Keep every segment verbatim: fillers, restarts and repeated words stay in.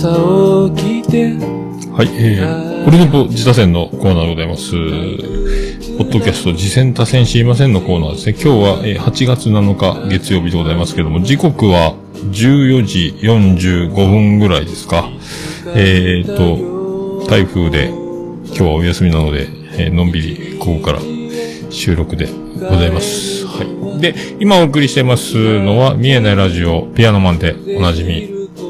朝起きて、 はい、えー、オルネポ自他戦のコーナーでございます。ポッドキャスト自戦他戦知りませんのコーナーですね。今日は、えー、はちがつなのか月曜日でございますけども、時刻はじゅうよじよんじゅうごふんぐらいですか。えーと、台風で今日はお休みなので、えー、のんびりここから収録でございます。はい。で、今お送りしてますのは、見えないラジオ、ピアノマンでおなじみ。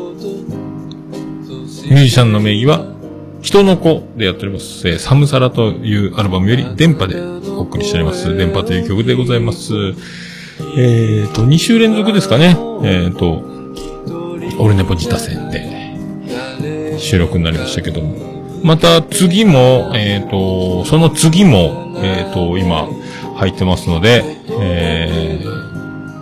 ミュージシャンの名義は、人の子でやっております。えー、サムサラというアルバムより電波でお送りしております。電波という曲でございます。えーと、に週連続ですかね。えーと、オルネポ自他戦で収録になりましたけども。また次も、えーと、その次も、えーと、今入ってますので、えー、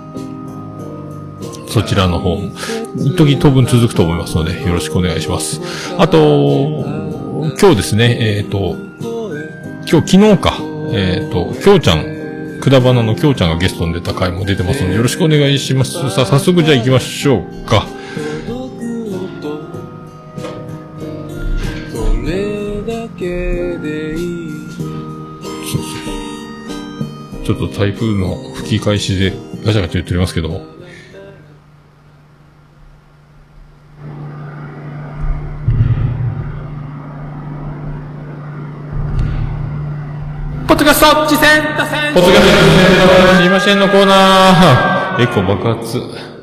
そちらの方、一時当分続くと思いますので、よろしくお願いします。あと、今日ですね、えっと、今日昨日か、えっと、きょうちゃん、くだばなのきょうちゃんがゲストに出た回も出てますので、よろしくお願いします。さあ、早速じゃあ行きましょうか。ちょっと台風の吹き返しでガチャガチャ言っておりますけども。ポッドキャスト自戦他戦ポッドキャスト自戦他戦知りませんのコーナーエコ爆発。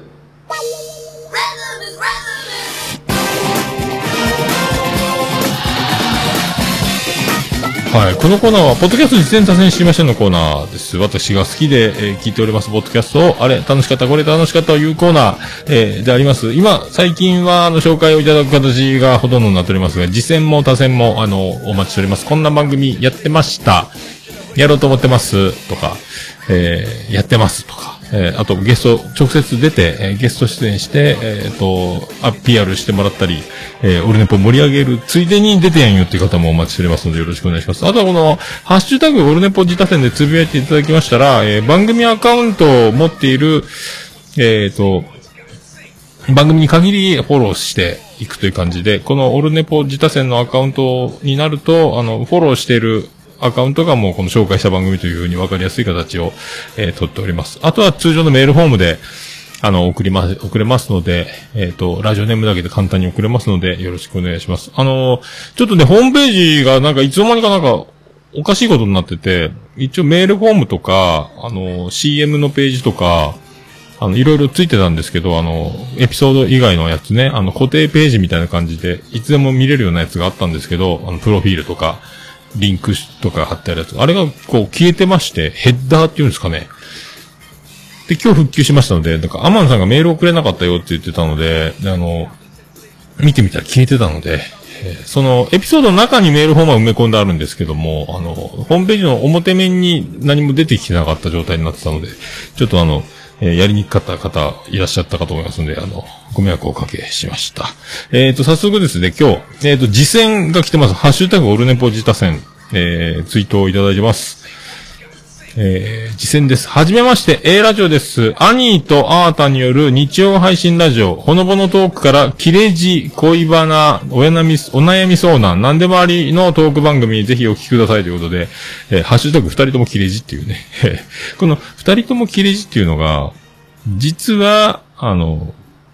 はい、このコーナーはポッドキャスト自戦他戦知りませんのコーナーです。私が好きで、えー、聞いておりますポッドキャストをあれ楽しかったこれ楽しかったというコーナー、えー、であります。今最近はあの紹介をいただく形がほとんどになっておりますが、自戦も他戦もあのお待ちしております。こんな番組やってました。やろうと思ってますとか、えー、やってますとか、えー、あとゲスト直接出て、えー、ゲスト出演して、えっと、あ、ピーアール してもらったり、えー、オルネポ盛り上げるついでに出てやんよっていう方もお待ちしておりますのでよろしくお願いします。あとはこの、ハッシュタグオルネポ自他戦でつぶやいていただきましたら、えー、番組アカウントを持っている、えっと、番組に限りフォローしていくという感じで、このオルネポ自他戦のアカウントになると、あの、フォローしているアカウントがもうこの紹介した番組という風に分かりやすい形を、えー、取っております。あとは通常のメールフォームで、あの、送ります、送れますので、えっと、ラジオネームだけで簡単に送れますので、よろしくお願いします。あの、ちょっとね、ホームページがなんかいつの間にかなんか、おかしいことになってて、一応メールフォームとか、あの、シーエム のページとか、あの、いろいろついてたんですけど、あの、エピソード以外のやつね、あの、固定ページみたいな感じで、いつでも見れるようなやつがあったんですけど、あの、プロフィールとか、リンクとか貼ってあるやつ。あれがこう消えてまして、ヘッダーっていうんですかね。で、今日復旧しましたので、なんかアマンさんがメール送れなかったよって言ってたので、であの、見てみたら消えてたので、えー、そのエピソードの中にメールフォームは埋め込んであるんですけども、あの、ホームページの表面に何も出てきてなかった状態になってたので、ちょっとあの、えー、やりにくかった方いらっしゃったかと思いますので、あの、ご迷惑をおかけしました。えっと、早速ですね、今日、えっと、実践が来てます。ハッシュタグオルネポ自他戦、えー、ツイートをいただいてます。えー、実践です。はじめまして、A ラジオです。アニーとアータによる日曜配信ラジオ、ほのぼのトークから、切れ字、恋バナ、お悩み、お悩み相談、なんでもありのトーク番組、ぜひお聞きくださいということで、えー、ハッシュタグ二人とも切れ字っていうね。この二人とも切れ字っていうのが、実は、あの、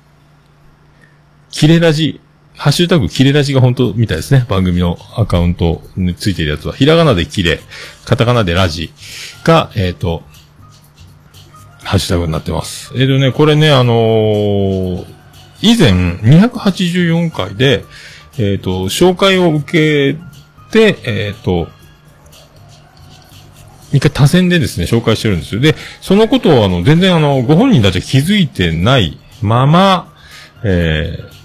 切れラジ、ハッシュタグ切れラジが本当みたいですね。番組のアカウントについているやつは。ひらがなで切れ、カタカナでラジが、えっと、ハッシュタグになってます。えっとね、これね、あのー、以前にひゃくはちじゅうよんかいで、えっと、紹介を受けて、えっと、一回他選でですね、紹介してるんですよ。で、そのことをあの、全然あの、ご本人たちは気づいてないまま、えー、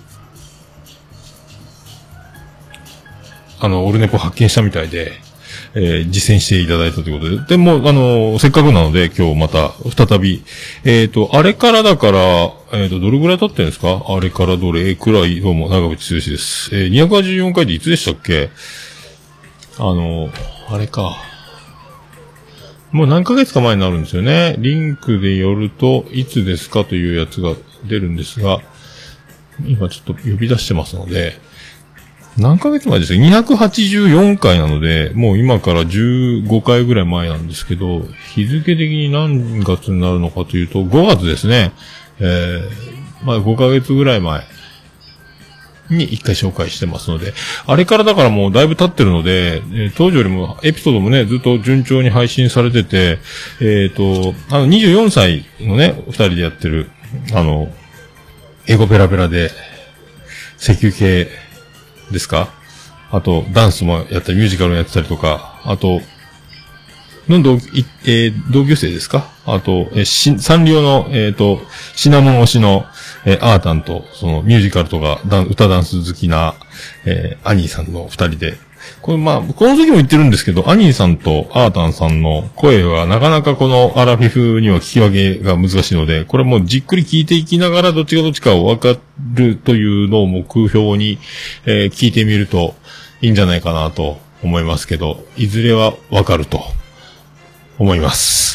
あの、オルネポ発見したみたいで、えー、実践していただいたということで。でも、あの、せっかくなので、今日また、再び、えっと、あれからだから、えっと、どれぐらい経ってるんですか？あれからどれくらい、どうも、長渕剛です。えー、にひゃくはちじゅうよんかいでいつでしたっけ？あの、あれか。もう何ヶ月か前になるんですよね。リンクで寄ると、いつですかというやつが出るんですが、 今ちょっと呼び出してますので、何ヶ月前ですか ?にひゃくはちじゅうよん 回なので、もう今からじゅうごかいぐらい前なんですけど、日付的に何月になるのかというと、ごがつですね。えー、まあごかげつぐらい前にいっかい紹介してますので、あれからだからもうだいぶ経ってるので、えー、当時よりもエピソードもね、ずっと順調に配信されてて、えっと、あのにじゅうよんさいのね、二人でやってる、あの、英語ペラペラで、石油系ですか？あと、ダンスもやったり、ミュージカルもやってたりとか、あと、の同、えー、同級生ですか？あと、えー、し、サンリオの、えっと、シナモン推しの、えー、アータンと、その、ミュージカルとか、ダン歌ダンス好きな、えー、アニーさんの二人で、これまあ、この時も言ってるんですけど、アニーさんとアータンさんの声はなかなかこのアラフィフには聞き分けが難しいので、これもうじっくり聞いていきながらどっちがどっちかを分かるというのを目標に、えー、聞いてみるといいんじゃないかなと思いますけど、いずれは分かると思います。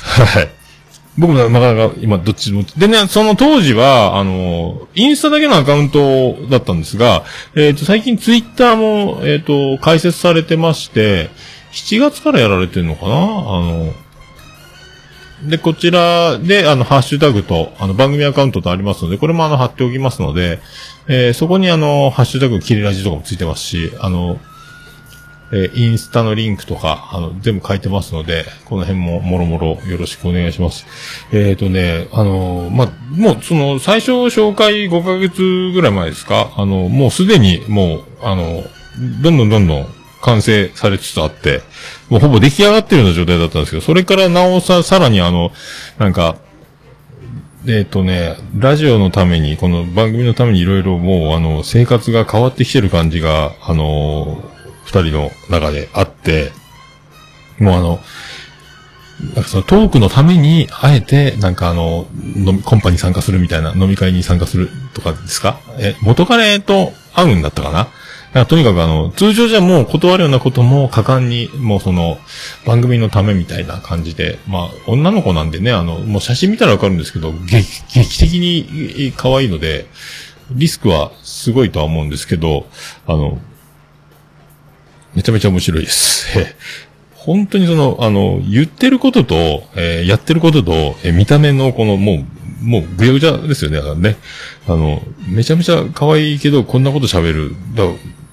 はい。僕もなかなか今どっちも。でね、その当時は、あの、インスタだけのアカウントだったんですが、えっと、最近ツイッターも、えっと、開設されてまして、しちがつからやられてるのかなあの、で、こちらで、あの、ハッシュタグと、あの、番組アカウントとありますので、これもあの、貼っておきますので、えー、そこにあの、ハッシュタグキリラジとかもついてますし、あの、えー、インスタのリンクとか、あの、全部書いてますので、この辺ももろもろよろしくお願いします。えっとね、あのー、まあ、もう、その、最初紹介ごかげつぐらい前ですか？あの、もうすでに、もう、あの、どんどんどんどん完成されつつあって、もうほぼ出来上がってるような状態だったんですけど、それからなおさ、さらにあの、なんか、えっとね、ラジオのために、この番組のためにいろいろもう、あの、生活が変わってきてる感じが、あのー、二人の中であって、もうあの、なんかそのトークのために、あえて、なんかあの、飲み、コンパに参加するみたいな、飲み会に参加するとかですか？え、元彼と会うんだったかな？なんかとにかくあの、通常じゃもう断るようなことも果敢に、もうその、番組のためみたいな感じで、まあ、女の子なんでね、あの、もう写真見たらわかるんですけど、劇、劇的に可愛いので、リスクはすごいとは思うんですけど、あの、めちゃめちゃ面白いです。本当にその、あの、言ってることと、えー、やってることと、えー、見た目のこの、もう、もう、ぐちゃぐちゃですよね。だからね。あの、めちゃめちゃ可愛いけど、こんなこと喋る。だ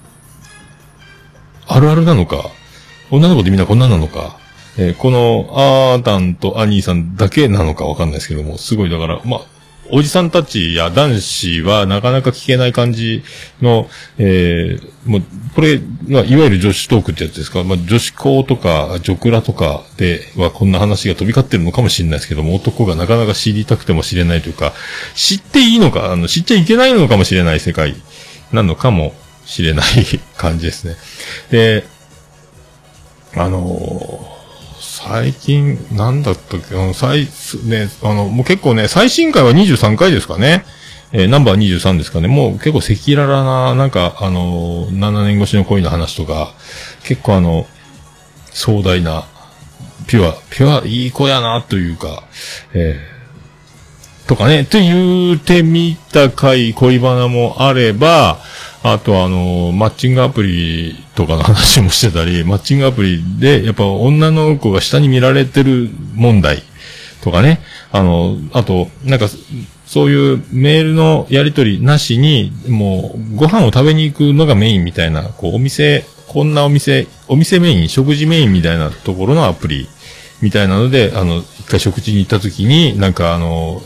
あるあるなのか、女の子でみんなこんななのか、えー、この、アータンとアニーさんだけなのかわかんないですけども、すごい、だから、まあ、おじさんたちや男子はなかなか聞けない感じの、えー、もう、これ、まあ、いわゆる女子トークってやつですか。まあ、女子校とか、女クラとかではこんな話が飛び交ってるのかもしれないですけども、男がなかなか知りたくても知れないというか、知っていいのか、あの、知っちゃいけないのかもしれない世界なのかもしれない感じですね。で、あのー、最近、なんだったっけ、あの、最、ね、あの、もう結構ね、最新回はにじゅうさんかいですかね。えー、ナンバーにじゅうさんですかね。もう結構赤裸々な、なんか、あのー、ななねん越しの恋の話とか、結構あの、壮大な、ピュア、ピュア、いい子やな、というか、えー、とかね、って言ってみた回、恋バナもあれば、あとあの、マッチングアプリとかの話もしてたり、マッチングアプリで、やっぱ女の子が下に見られてる問題とかね、あの、あと、なんか、そういうメールのやり取りなしに、もう、ご飯を食べに行くのがメインみたいな、こう、お店、こんなお店、お店メイン、食事メインみたいなところのアプリ、みたいなので、あの、一回食事に行った時に、なんかあの、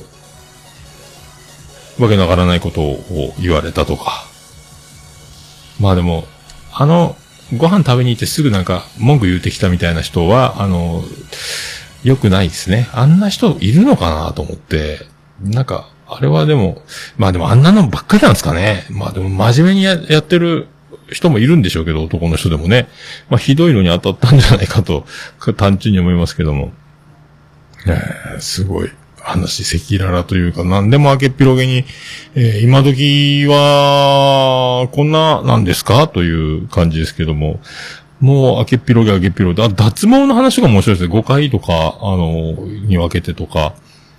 わけのわからないことを言われたとか、まあでも、あの、ご飯食べに行ってすぐなんか文句言うてきたみたいな人は、あの、良くないですね。あんな人いるのかなと思って、なんか、あれはでも、まあでもあんなのばっかりなんですかね。まあでも真面目に や, やってる人もいるんでしょうけど、男の人でもね。まあひどいのに当たったんじゃないかと、単純に思いますけども。えー、すごい。話、赤裸々というか、何でも明けっ広げに、えー、今時は、こんな、なんですかという感じですけども、もう明けっ広げ明けっ広げ、あ、脱毛の話が面白いですね。ごかいとか、あの、に分けてとか、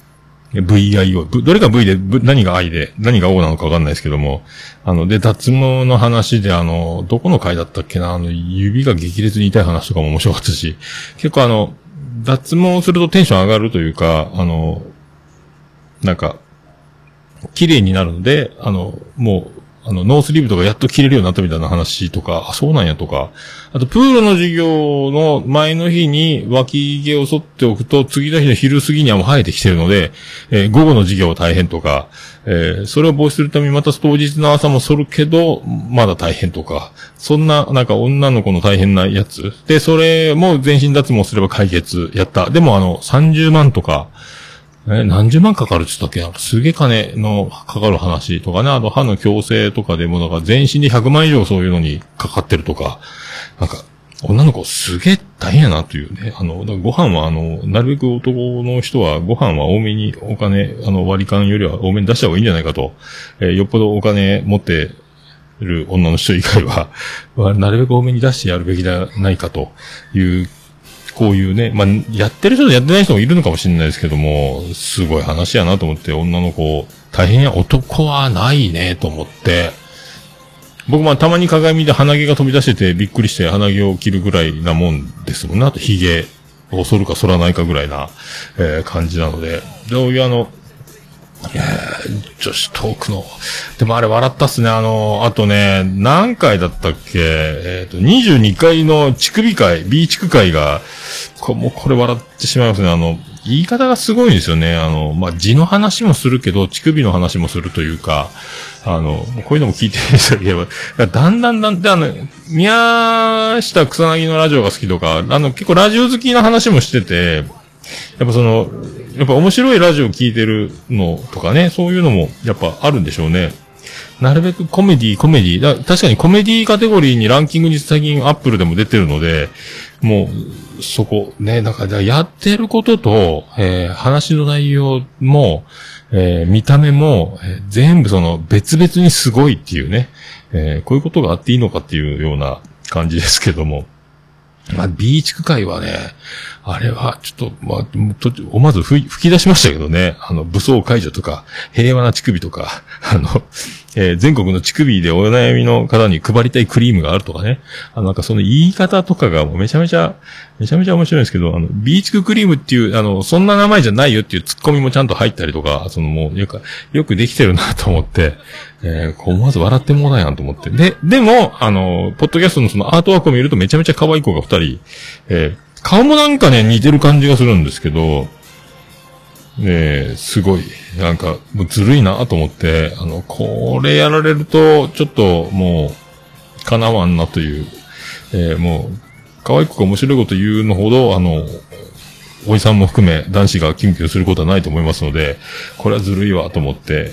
ブイアイオー、どれが V で、何が I で、何が O なのかわかんないですけども、あの、で、脱毛の話で、あの、どこの回だったっけな、あの、指が激烈に痛い話とかも面白かったし、結構あの、脱毛するとテンション上がるというか、あの、なんか、綺麗になるので、あの、もう、あの、ノースリーブとかやっと着れるようになったみたいな話とか、あ、そうなんやとか、あと、プールの授業の前の日に脇毛を剃っておくと、次の日の昼過ぎにはもう生えてきてるので、えー、午後の授業は大変とか、えー、それを防止するためにまた当日の朝も剃るけど、まだ大変とか、そんな、なんか女の子の大変なやつ。で、それも全身脱毛すれば解決やった。でもあの、さんじゅうまんとか、え、何十万かかるって言ったっけ？なんかすげえ金のかかる話とかね、あと歯の矯正とかでもなんか全身でひゃくまん以上そういうのにかかってるとか、なんか、女の子すげえ大変やなというね。あの、ご飯はあの、なるべく男の人はご飯は多めにお金、あの割り勘よりは多めに出した方がいいんじゃないかと、えー、よっぽどお金持ってる女の人以外は、なるべく多めに出してやるべきではないかという、こういうね、まあ、やってる人とやってない人もいるのかもしれないですけども、すごい話やなと思って、女の子、大変や、男はないね、と思って、僕もたまに鏡で鼻毛が飛び出しててびっくりして鼻毛を切るぐらいなもんですもんね。あと髭を剃るか剃らないかぐらいな、えー、感じなので、で、おいあの、いや女子トークの、でもあれ笑ったっすね。あの、あとね、何回だったっけ、えっと、にじゅうにかいの乳首会、B 地区会が、こもうこれ笑ってしまいますね。あの、言い方がすごいんですよね。あの、まあ、字の話もするけど、乳首の話もするというか、あの、こういうのも聞いてる人がいれば、だんだんだんだん、あの、宮下草薙のラジオが好きとか、あの、結構ラジオ好きな話もしてて、やっぱその、やっぱ面白いラジオ聞いてるのとかね、そういうのもやっぱあるんでしょうね。なるべくコメディ、コメディ、だ確かにコメディカテゴリーにランキングに最近アップルでも出てるので、もう、そこ、ね、なんか、やってることと、えー、話の内容も、えー、見た目も、えー、全部その別々にすごいっていうね、えー、こういうことがあっていいのかっていうような感じですけども。まあ、B 地区会はね、あれは、ちょっと、まあ、思わず吹き出しましたけどね、あの、武装解除とか、平和な乳首とか、あの、えー、全国の乳首でお悩みの方に配りたいクリームがあるとかね、あの、なんかその言い方とかがもうめちゃめちゃ、めちゃめちゃ面白いんですけど、あの、B 地区クリームっていう、あの、そんな名前じゃないよっていうツッコミもちゃんと入ったりとか、そのもう、よく、よくできてるなと思って、えー、思わず笑ってもらえやんと思って。で、でも、あの、ポッドキャストのそのアートワークを見るとめちゃめちゃ可愛い子が二人、えー、顔もなんかね、似てる感じがするんですけど、ねえ、すごい、なんか、もうずるいなと思って、あの、これやられると、ちょっともう、叶わんなという、えー、もう、可愛く面白いこと言うのほど、あの、おじさんも含め男子がキュンキュンすることはないと思いますので、これはずるいわと思って、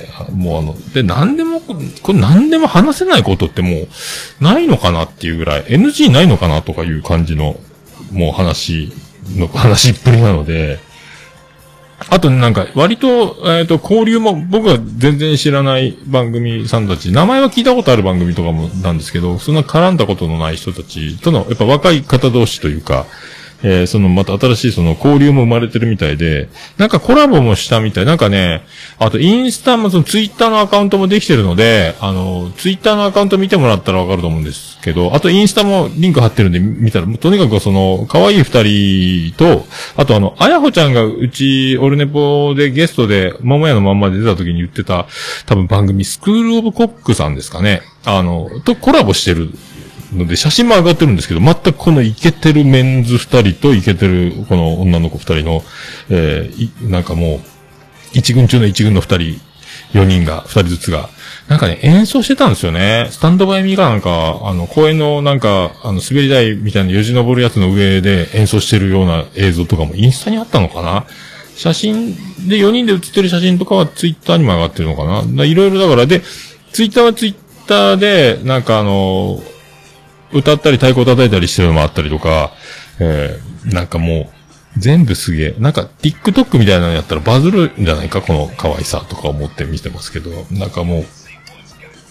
もうあの、で、何でも、これ何でも話せないことってもう、ないのかなっていうぐらい、エヌジー ないのかなとかいう感じの、もう話の、話っぷりなので、あとね、なんか、割と、えっと、交流も、僕は全然知らない番組さんたち、名前は聞いたことある番組とかもなんですけど、そんな絡んだことのない人たちとの、やっぱ若い方同士というか、えー、その、また新しいその交流も生まれてるみたいで、なんかコラボもしたみたい。なんかね、あとインスタもそのツイッターのアカウントもできてるので、あの、ツイッターのアカウント見てもらったらわかると思うんですけど、あとインスタもリンク貼ってるんで見たら、とにかくその、可愛い二人と、あとあの、あやほちゃんがうち、オルネポでゲストで、桃屋のまんまで出た時に言ってた、多分番組、スクールオブコックさんですかね。あの、とコラボしてる。ので、写真も上がってるんですけど、全くこのイケてるメンズ二人とイケてるこの女の子二人の、えー、なんかもう、一軍中の一軍の二人、四人が、二人ずつが、なんかね、演奏してたんですよね。スタンドバイミーがなんか、あの、公園のなんか、あの、滑り台みたいなよじ登るやつの上で演奏してるような映像とかもインスタにあったのかな。写真でよにんで写ってる写真とかはツイッターにも上がってるのかな。いろいろだから、で、ツイッターはツイッターで、なんかあの、歌ったり太鼓叩いたりしてるのもあったりとか、えー、なんかもう、全部すげえ。なんか TikTok みたいなのやったらバズるんじゃないか、この可愛さとか思って見てますけど、なんかもう、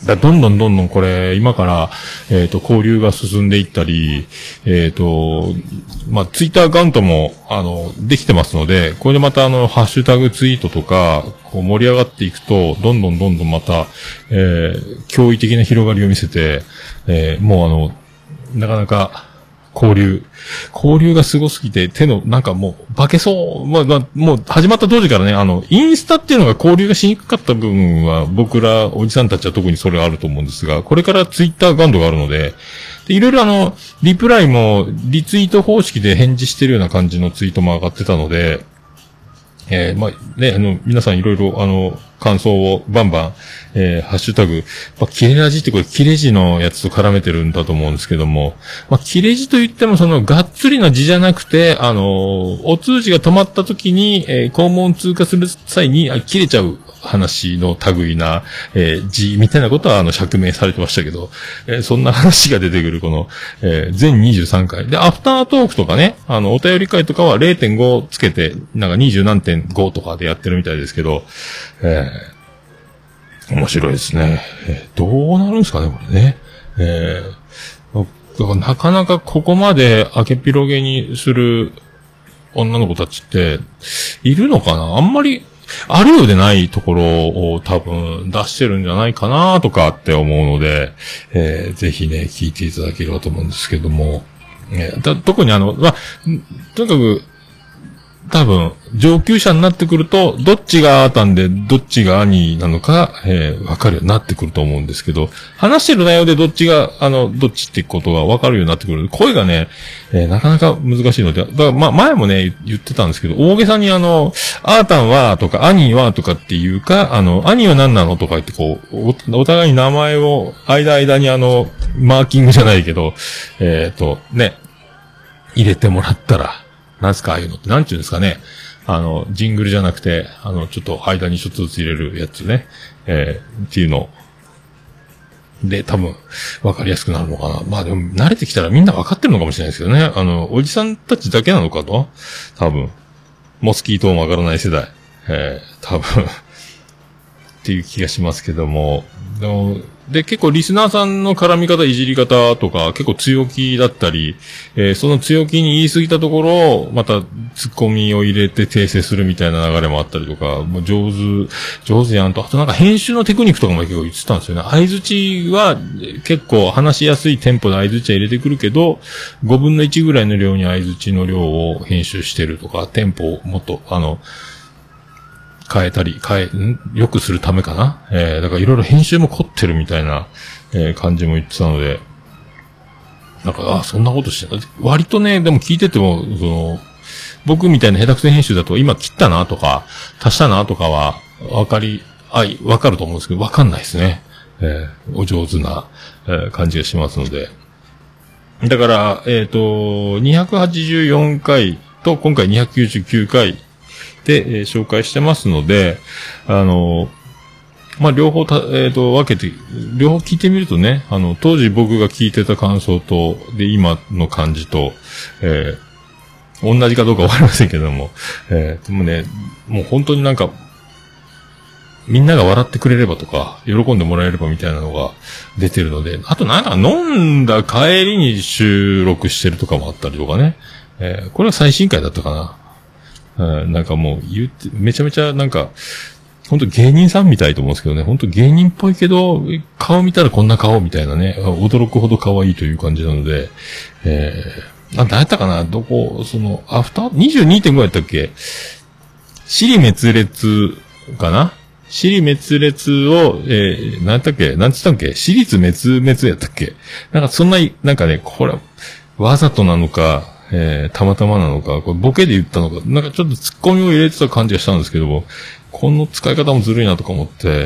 だどんどんどんどんこれ、今から、えっと、交流が進んでいったり、えっと、まあ、ツイッターアカウントも、あの、できてますので、これでまたあの、ハッシュタグツイートとか、こう盛り上がっていくと、どんどんどんどんまた、えー、驚異的な広がりを見せて、えー、もうあの、なかなか、交流。交流がすごすぎて、手の、なんかもう、化けそう。まあ、まあ、もう、始まった当時からね、あの、インスタっていうのが交流がしにくかった部分は、僕ら、おじさんたちは特にそれがあると思うんですが、これからツイッターガンドがあるので、で、いろいろあの、リプライも、リツイート方式で返事してるような感じのツイートも上がってたので、えー、まあ、ね、あの、皆さんいろいろ、あの、感想をバンバン、えー、ハッシュタグ、まあ、切れラジってこれ切れ字のやつと絡めてるんだと思うんですけども、まあ、切れ字と言ってもそのがっつりな字じゃなくて、あのー、お通じが止まった時に、えー、肛門通過する際に、あ切れちゃう話の類な、えー、字みたいなことは、あの、釈明されてましたけど、えー、そんな話が出てくるこの、えー、全にじゅうさんかい。で、アフタートークとかね、あの、お便り会とかは れいてんご つけて、なんかにじゅうなんてんごとかでやってるみたいですけど、えー、面白いですね。えー、どうなるんですかね、これね。えー、だからなかなかここまで明けっぴろげにする女の子たちって、いるのかなあんまり、あるようでないところを多分出してるんじゃないかなとかって思うので、えー、ぜひね、聞いていただければと思うんですけども、えー、だ特にあの、まあ、とにかく、多分、上級者になってくると、どっちがあーたんで、どっちが兄なのか、えー、わかるようになってくると思うんですけど、話してる内容でどっちが、あの、どっちってことがわかるようになってくる。声がね、えー、なかなか難しいので、だからま、前もね、言ってたんですけど、大げさにあの、あーたんは、とか、兄は、とかっていうか、あの、兄は何なのとか言って、こう、お、お互いに名前を、間間にあの、マーキングじゃないけど、えっと、ね、入れてもらったら、なんすかああいうのって、なんちゅうんですかね。あの、ジングルじゃなくて、あの、ちょっと間に一つずつ入れるやつね。えー、っていうの。で、多分、わかりやすくなるのかな。まあでも、慣れてきたらみんなわかってるのかもしれないですけどね。あの、おじさんたちだけなのかと多分。モスキートもわからない世代。えー、多分。っていう気がしますけども。でも、で、結構リスナーさんの絡み方、いじり方とか、結構強気だったり、えー、その強気に言い過ぎたところを、また、ツッコミを入れて訂正するみたいな流れもあったりとか、もう上手、上手やんと、あとなんか編集のテクニックとかも結構言ってたんですよね。相槌は、結構話しやすいテンポで相槌は入れてくるけど、ごぶんのいちぐらいの量に相槌の量を編集してるとか、テンポをもっと、あの、変えたり、変え、んよくするためかなえー、だからいろいろ編集も凝ってるみたいな、えー、感じも言ってたので、なんか、あ、そんなことしてない。割とね、でも聞いてても、その、僕みたいな下手くそ編集だと、今切ったなとか、足したなとかは、わかり、あい、わかると思うんですけど、わかんないですね。えー、お上手な、えー、感じがしますので。だから、えっと、にひゃくはちじゅうよんかいと、今回にひゃくきゅうじゅうきゅうかい、で、えー、紹介してますので、あの、まあ、両方た、えっと、分けて、両方聞いてみるとね、あの、当時僕が聞いてた感想と、で、今の感じと、えー、同じかどうかわかりませんけども、えー、でもね、もう本当になんか、みんなが笑ってくれればとか、喜んでもらえればみたいなのが出てるので、あとなんか飲んだ帰りに収録してるとかもあったりとかね、えー、これは最新回だったかな。うん、なんかもう言って、めちゃめちゃなんか、ほんと芸人さんみたいと思うんですけどね、ほんと芸人っぽいけど、顔見たらこんな顔みたいなね、驚くほど可愛いという感じなので、えー、なんだやったかなどこ、その、アフター にじゅうにてんご やったっけ尻滅裂かな尻滅裂を、えー、なんやったっけなんつったっけ私立滅滅やったっけなんかそんな、なんかね、これ、わざとなのか、えー、たまたまなのか、これボケで言ったのか、なんかちょっと突っ込みを入れてた感じがしたんですけども、この使い方もずるいなとか思って、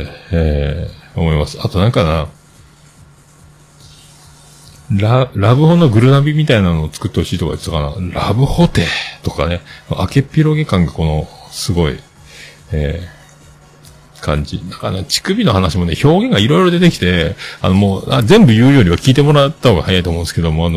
えー、思います。あとなんかな、ラ、ラブホのグルナビみたいなのを作ってほしいとか言ってたかな。ラブホテとかね、明けっぴろげ感がこの、すごい、えー、感じ。だからね、乳首の話もね、表現がいろいろ出てきて、あのもうあ、全部言うよりは聞いてもらった方が早いと思うんですけども、あの、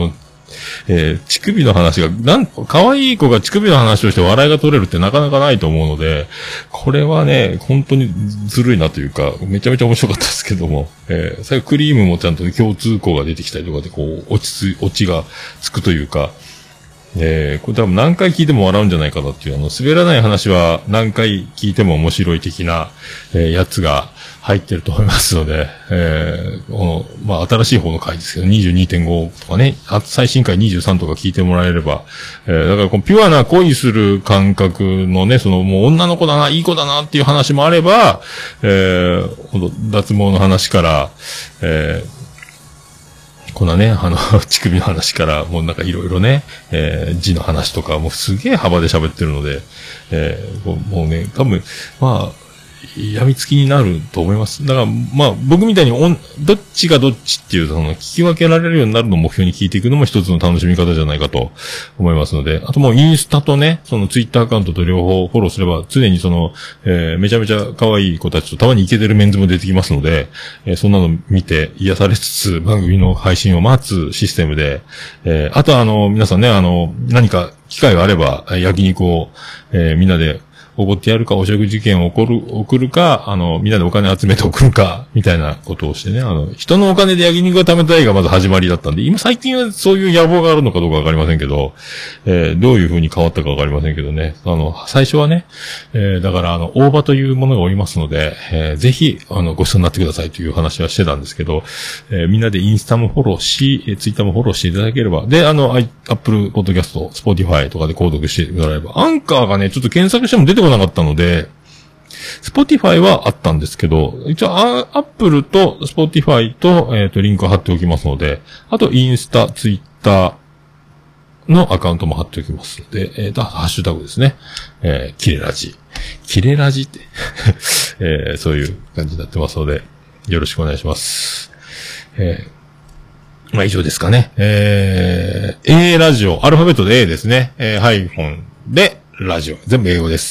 えー、乳首の話が、なん、可愛い子が乳首の話をして笑いが取れるってなかなかないと思うので、これはね、本当にずるいなというか、めちゃめちゃ面白かったですけども、えー、最後クリームもちゃんと共通項が出てきたりとかで、こう、落ちつ、落ちがつくというか、えー、これ多分何回聞いても笑うんじゃないかなっていう、あの、滑らない話は何回聞いても面白い的な、えー、やつが入ってると思いますので、えー、この、まあ、新しい方の回ですけど、にじゅうにてんご とかね、最新回にじゅうさんとか聞いてもらえれば、えー、だからこのピュアな恋する感覚のね、そのもう女の子だな、いい子だなっていう話もあれば、えー、脱毛の話から、えー、こんなね、あの、乳首の話から、もうなんかいろいろね、えー、字の話とか、もうすげえ幅で喋ってるので、えー、もうね、多分、まあ、病みつきになると思います。だから、まあ、僕みたいにおん、どっちがどっちっていう、その、聞き分けられるようになるのを目標に聞いていくのも一つの楽しみ方じゃないかと思いますので、あともうインスタとね、そのツイッターアカウントと両方フォローすれば、常にその、えー、めちゃめちゃ可愛い子たちとたまにイケてるメンズも出てきますので、えー、そんなの見て癒されつつ、番組の配信を待つシステムで、えー、あとはあの、皆さんね、あの、何か機会があれば、焼肉を、えー、みんなで、おごってやるか、お食事券を送る、送るか、あの、みんなでお金集めて送るか、みたいなことをしてね、あの、人のお金で焼肉が食べたいがまず始まりだったんで、今最近はそういう野望があるのかどうかわかりませんけど、えー、どういう風に変わったかわかりませんけどね、あの、最初はね、えー、だからあの、大場というものがおりますので、えー、ぜひ、あの、ご一緒になってくださいという話はしてたんですけど、えー、みんなでインスタもフォローし、えー、ツイッターもフォローしていただければ、で、あの、アップルポッドキャスト、スポティファイとかで購読してもらえれば、アンカーがね、ちょっと検索しても出てこなかったので、スポティファイはあったんですけど、一応アップルとスポティファイと、えっと、リンクを貼っておきますので、あとインスタ、ツイッターのアカウントも貼っておきますので、えっと、ハッシュタグですね。えー、キレラジ。キレラジって、えー、そういう感じになってますので、よろしくお願いします。えー、まあ以上ですかね。えー、A ラジオ、アルファベットで A ですね。えー、ハイフォンでラジオ。全部英語です。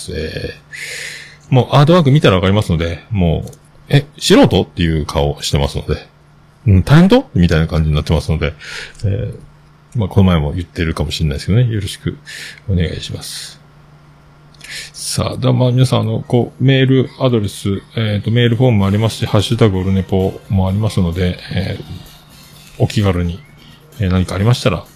えーもうアートワーク見たらわかりますので、もう、え、素人っていう顔してますので、うん、タレントみたいな感じになってますので、えー、まあ、この前も言ってるかもしれないですけどね、よろしくお願いします。さあ、だまあ皆さん、あの、こう、メールアドレス、えっと、メールフォームもありますし、ハッシュタグオルネポもありますので、えー、お気軽に、えー、何かありましたら、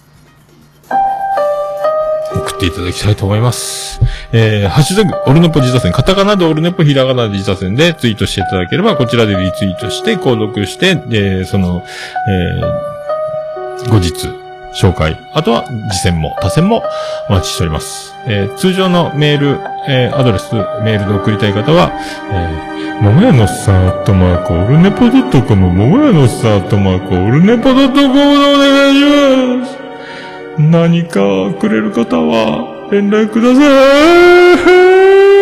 送っていただきたいと思います。えー、ハッシュタグ、オルネポ自他戦、カタカナでオルネポ、ひらがなで自他戦でツイートしていただければ、こちらでリツイートして、購読して、えー、その、えー、後日、紹介。あとは、次戦も、他戦もお待ちしております。えー、通常のメール、えー、アドレス、メールで送りたい方は、えー、ももやのさーアットマーク、オルネポドットコム、ももやのさーアットマーク、オルネポドットコムでお願いします。何かくれる方は連絡ください。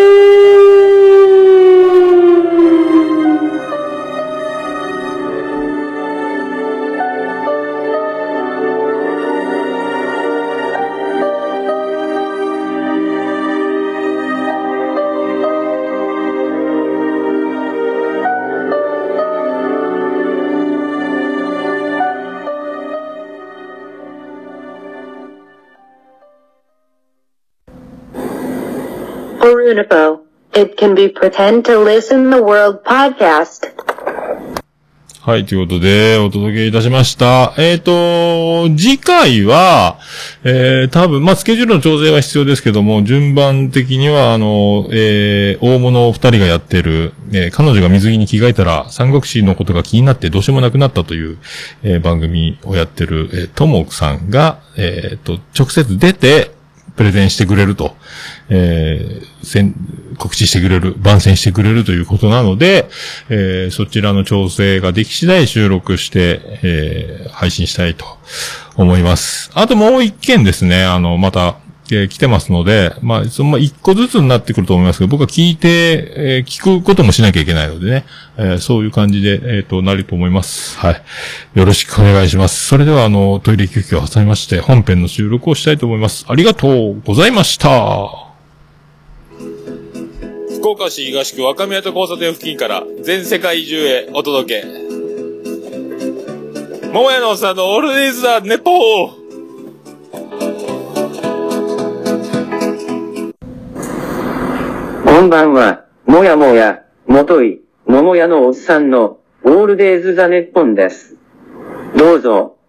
Orunepo. It can be pretend to listen the world podcast. はい、ということで、お届けいたしました。えっと、次回は、えー、多分、まあ、スケジュールの調整は必要ですけども、順番的には、あの、えー、大物二人がやってる、えー、彼女が水着に着替えたら、三国志のことが気になってどうしようもなくなったという、えー、番組をやってる、えー、ともくさんが、えっと、直接出て、プレゼンしてくれると、えー、先告知してくれる、番宣してくれるということなので、えー、そちらの調整ができ次第収録して、えー、配信したいと思います。あともう一件ですね、あの、また、えー、来てますので、まあ、その、まあ、一個ずつになってくると思いますけど、僕は聞いて、えー、聞くこともしなきゃいけないのでね、えー、そういう感じで、えっと、なると思います。はい。よろしくお願いします。それでは、あの、トイレ休憩を挟みまして、本編の収録をしたいと思います。ありがとうございました。福岡市東区若宮と交差点付近から全世界中へお届け。桃屋のおっさんのオールディーズ・ザ・ネポー。 こんばんは、もやもや、もとい、桃屋のおっさんの、オールデイズ・ザ・ネッポンです。どうぞ。